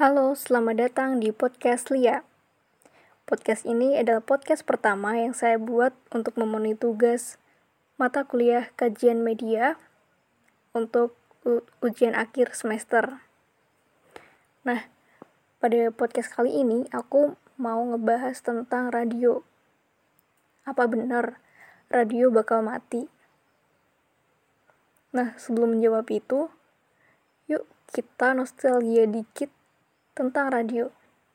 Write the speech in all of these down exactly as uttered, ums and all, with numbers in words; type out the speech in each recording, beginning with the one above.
Halo, selamat datang di podcast Lia. Podcast ini adalah podcast pertama yang saya buat untuk memenuhi tugas mata kuliah kajian media untuk u- ujian akhir semester. Nah, pada podcast kali ini aku mau ngebahas tentang radio. Apa benar radio bakal mati? Nah, sebelum menjawab itu, yuk kita nostalgia dikit tentang radio.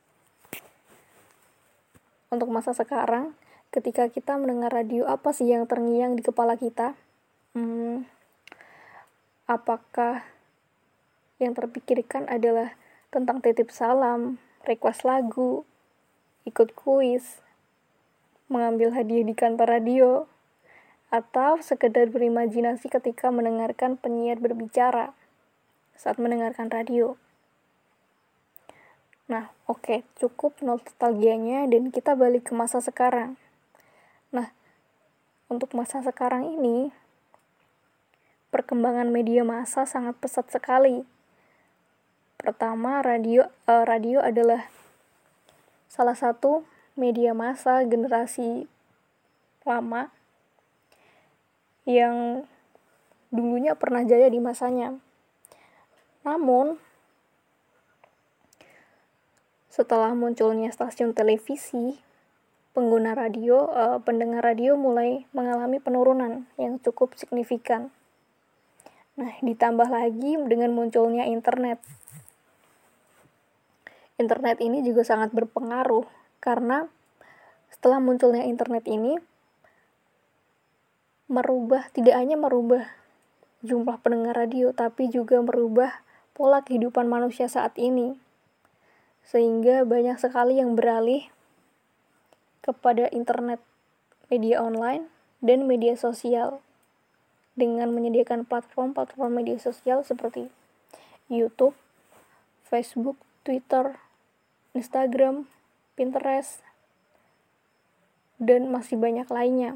Untuk masa sekarang, ketika kita mendengar radio, apa sih yang terngiang di kepala kita? Hmm, apakah yang terpikirkan adalah tentang titip salam, request lagu, ikut kuis, mengambil hadiah di kantor radio, atau sekedar berimajinasi ketika mendengarkan penyiar berbicara saat mendengarkan radio? Nah, oke, okay, cukup nostalgianya dan kita balik ke masa sekarang. Nah, untuk masa sekarang ini, perkembangan media massa sangat pesat sekali. Pertama, radio uh, radio adalah salah satu media massa generasi lama yang dulunya pernah jaya di masanya. Namun, setelah munculnya stasiun televisi, pengguna radio, uh, pendengar radio mulai mengalami penurunan yang cukup signifikan. Nah, ditambah lagi dengan munculnya internet. Internet ini juga sangat berpengaruh karena setelah munculnya internet ini merubah, tidak hanya merubah jumlah pendengar radio, tapi juga merubah pola kehidupan manusia saat ini. Sehingga banyak sekali yang beralih kepada internet, media online, dan media sosial dengan menyediakan platform-platform media sosial seperti YouTube, Facebook, Twitter, Instagram, Pinterest, dan masih banyak lainnya.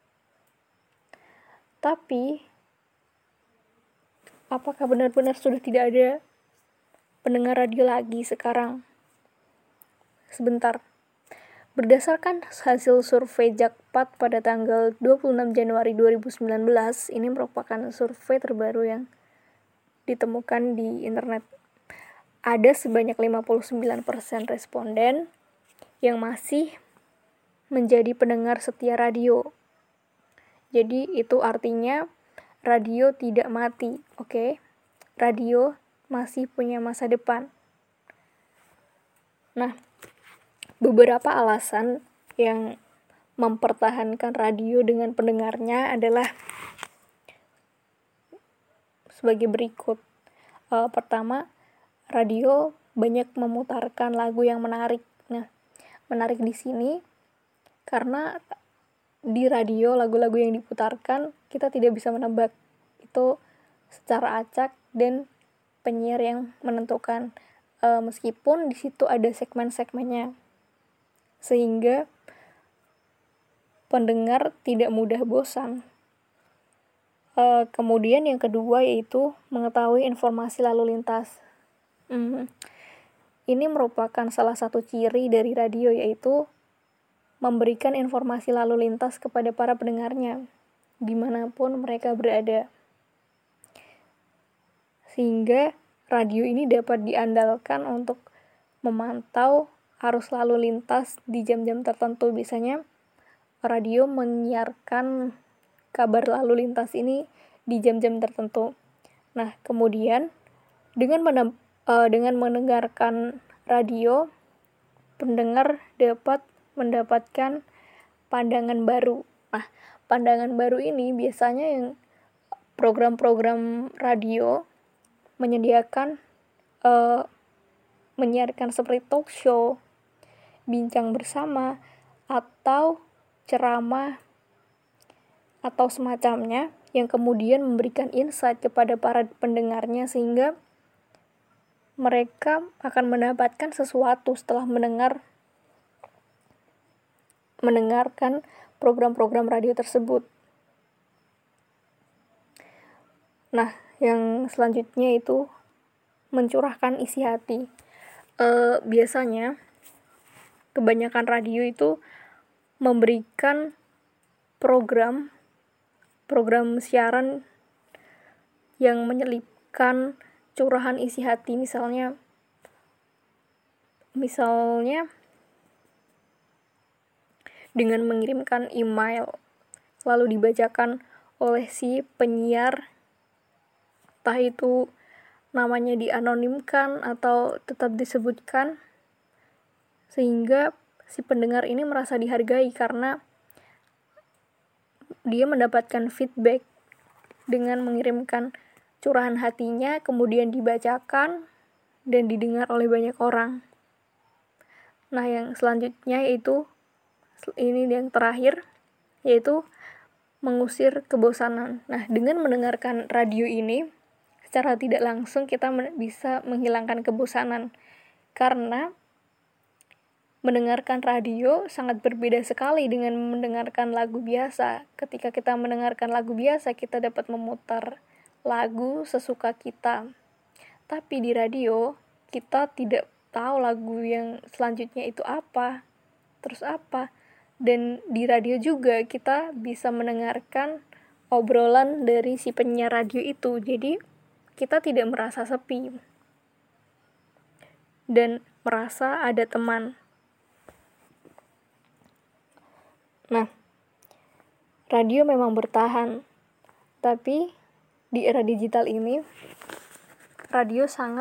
Tapi, apakah benar-benar sudah tidak ada pendengar radio lagi sekarang? Sebentar. Berdasarkan hasil survei Jakpat pada tanggal dua puluh enam Januari dua ribu sembilan belas, ini merupakan survei terbaru yang ditemukan di internet. Ada sebanyak lima puluh sembilan persen responden yang masih menjadi pendengar setia radio. Jadi itu artinya radio tidak mati, oke? Okay? Radio masih punya masa depan. Nah, beberapa alasan yang mempertahankan radio dengan pendengarnya adalah sebagai berikut. Uh, pertama, radio banyak memutarkan lagu yang menarik. Nah, menarik di sini karena di radio lagu-lagu yang diputarkan kita tidak bisa menebak itu secara acak dan penyiar yang menentukan, uh, meskipun di situ ada segmen-segmennya, sehingga pendengar tidak mudah bosan. Uh, kemudian yang kedua yaitu mengetahui informasi lalu lintas. Hmm, ini merupakan salah satu ciri dari radio, yaitu memberikan informasi lalu lintas kepada para pendengarnya dimanapun mereka berada, sehingga radio ini dapat diandalkan untuk memantau arus lalu lintas di jam-jam tertentu. Biasanya radio menyiarkan kabar lalu lintas ini di jam-jam tertentu. Nah, kemudian dengan menem- uh, dengan mendengarkan radio, pendengar dapat mendapatkan pandangan baru. Nah, pandangan baru ini biasanya yang program-program radio menyediakan uh, menyiarkan seperti talk show, bincang bersama, atau ceramah atau semacamnya yang kemudian memberikan insight kepada para pendengarnya, sehingga mereka akan mendapatkan sesuatu setelah mendengar mendengarkan program-program radio tersebut. Nah, yang selanjutnya itu mencurahkan isi hati. uh, biasanya kebanyakan radio itu memberikan program program siaran yang menyelipkan curahan isi hati, misalnya misalnya dengan mengirimkan email lalu dibacakan oleh si penyiar, entah itu namanya dianonimkan atau tetap disebutkan, sehingga si pendengar ini merasa dihargai karena dia mendapatkan feedback dengan mengirimkan curahan hatinya, kemudian dibacakan dan didengar oleh banyak orang. Nah, yang selanjutnya yaitu ini yang terakhir, yaitu mengusir kebosanan. Nah, dengan mendengarkan radio ini, secara tidak langsung kita bisa menghilangkan kebosanan. Karena mendengarkan radio sangat berbeda sekali dengan mendengarkan lagu biasa. Ketika kita mendengarkan lagu biasa, kita dapat memutar lagu sesuka kita. Tapi di radio, kita tidak tahu lagu yang selanjutnya itu apa, terus apa. Dan di radio juga kita bisa mendengarkan obrolan dari si penyiar radio itu. Jadi kita tidak merasa sepi dan merasa ada teman. Nah, radio memang bertahan, tapi di era digital ini radio sangat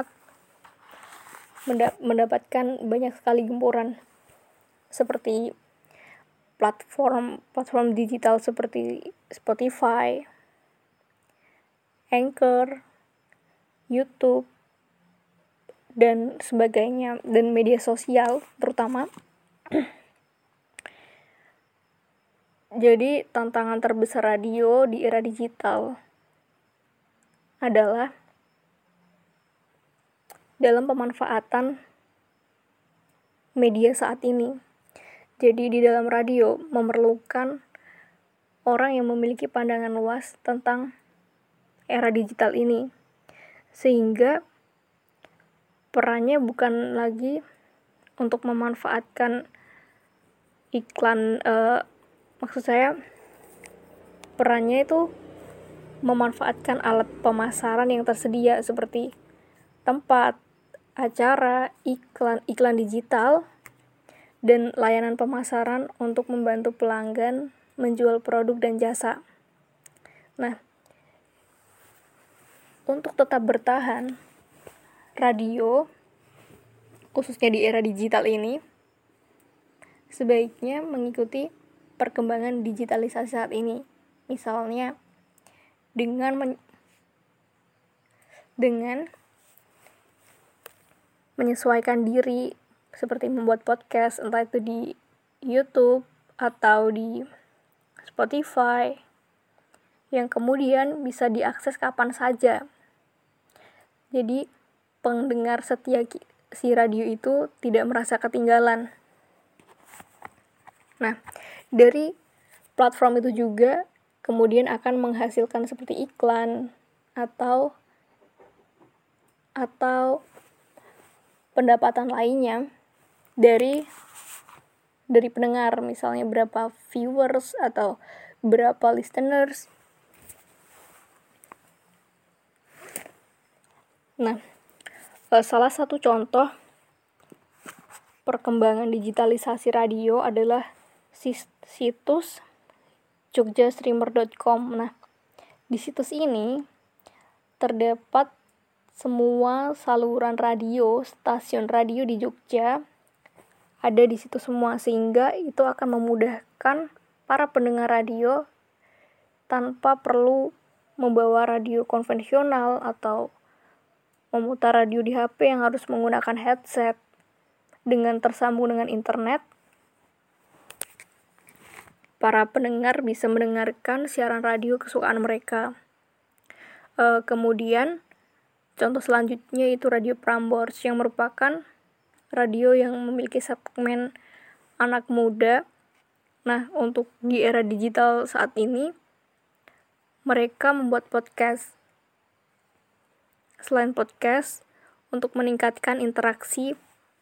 mendapatkan banyak sekali gempuran, seperti platform platform digital seperti Spotify, Anchor, YouTube, dan sebagainya, dan media sosial terutama. Jadi tantangan terbesar radio di era digital adalah dalam pemanfaatan media saat ini. Jadi di dalam radio memerlukan orang yang memiliki pandangan luas tentang era digital ini, sehingga perannya bukan lagi untuk memanfaatkan iklan, eh, maksud saya perannya itu memanfaatkan alat pemasaran yang tersedia seperti tempat, acara, iklan, iklan digital, dan layanan pemasaran untuk membantu pelanggan menjual produk dan jasa. Nah, untuk tetap bertahan, radio, khususnya di era digital ini, sebaiknya mengikuti perkembangan digitalisasi saat ini. Misalnya, dengan men- dengan menyesuaikan diri, seperti membuat podcast, entah itu di YouTube atau di Spotify, yang kemudian bisa diakses kapan saja. Jadi pendengar setia si radio itu tidak merasa ketinggalan. Nah, dari platform itu juga kemudian akan menghasilkan seperti iklan atau atau pendapatan lainnya dari dari pendengar, misalnya berapa viewers atau berapa listeners. Nah, salah satu contoh perkembangan digitalisasi radio adalah situs jogja streamer dot com. Nah, di situs ini terdapat semua saluran radio, stasiun radio di Jogja ada di situ semua, sehingga itu akan memudahkan para pendengar radio tanpa perlu membawa radio konvensional atau memutar radio di H P yang harus menggunakan headset. Dengan tersambung dengan internet, para pendengar bisa mendengarkan siaran radio kesukaan mereka. E, kemudian contoh selanjutnya itu Radio Prambors, yang merupakan radio yang memiliki segmen anak muda. Nah, untuk di era digital saat ini, mereka membuat podcast. Selain podcast, untuk meningkatkan interaksi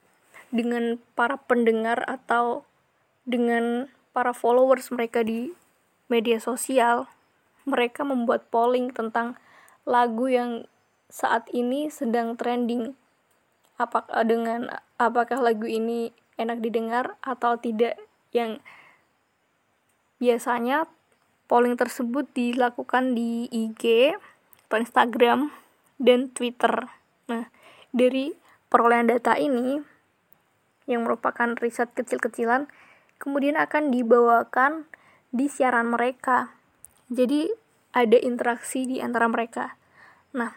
dengan para pendengar atau dengan para followers mereka di media sosial. Mereka membuat polling tentang lagu yang saat ini sedang trending. Apakah dengan apakah lagu ini enak didengar atau tidak, yang biasanya polling tersebut dilakukan di I G atau Instagram dan Twitter. Nah, dari perolehan data ini yang merupakan riset kecil-kecilan kemudian akan dibawakan di siaran mereka. Jadi ada interaksi di antara mereka. Nah,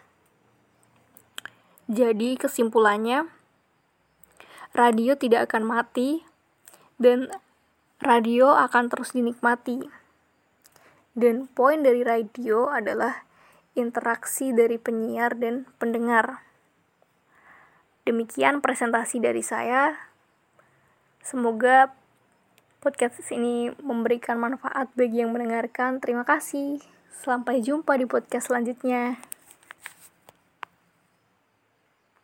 jadi kesimpulannya, radio tidak akan mati dan radio akan terus dinikmati. Dan poin dari radio adalah interaksi dari penyiar dan pendengar. Demikian presentasi dari saya. Semoga podcast ini memberikan manfaat bagi yang mendengarkan. Terima kasih. Sampai jumpa di podcast selanjutnya.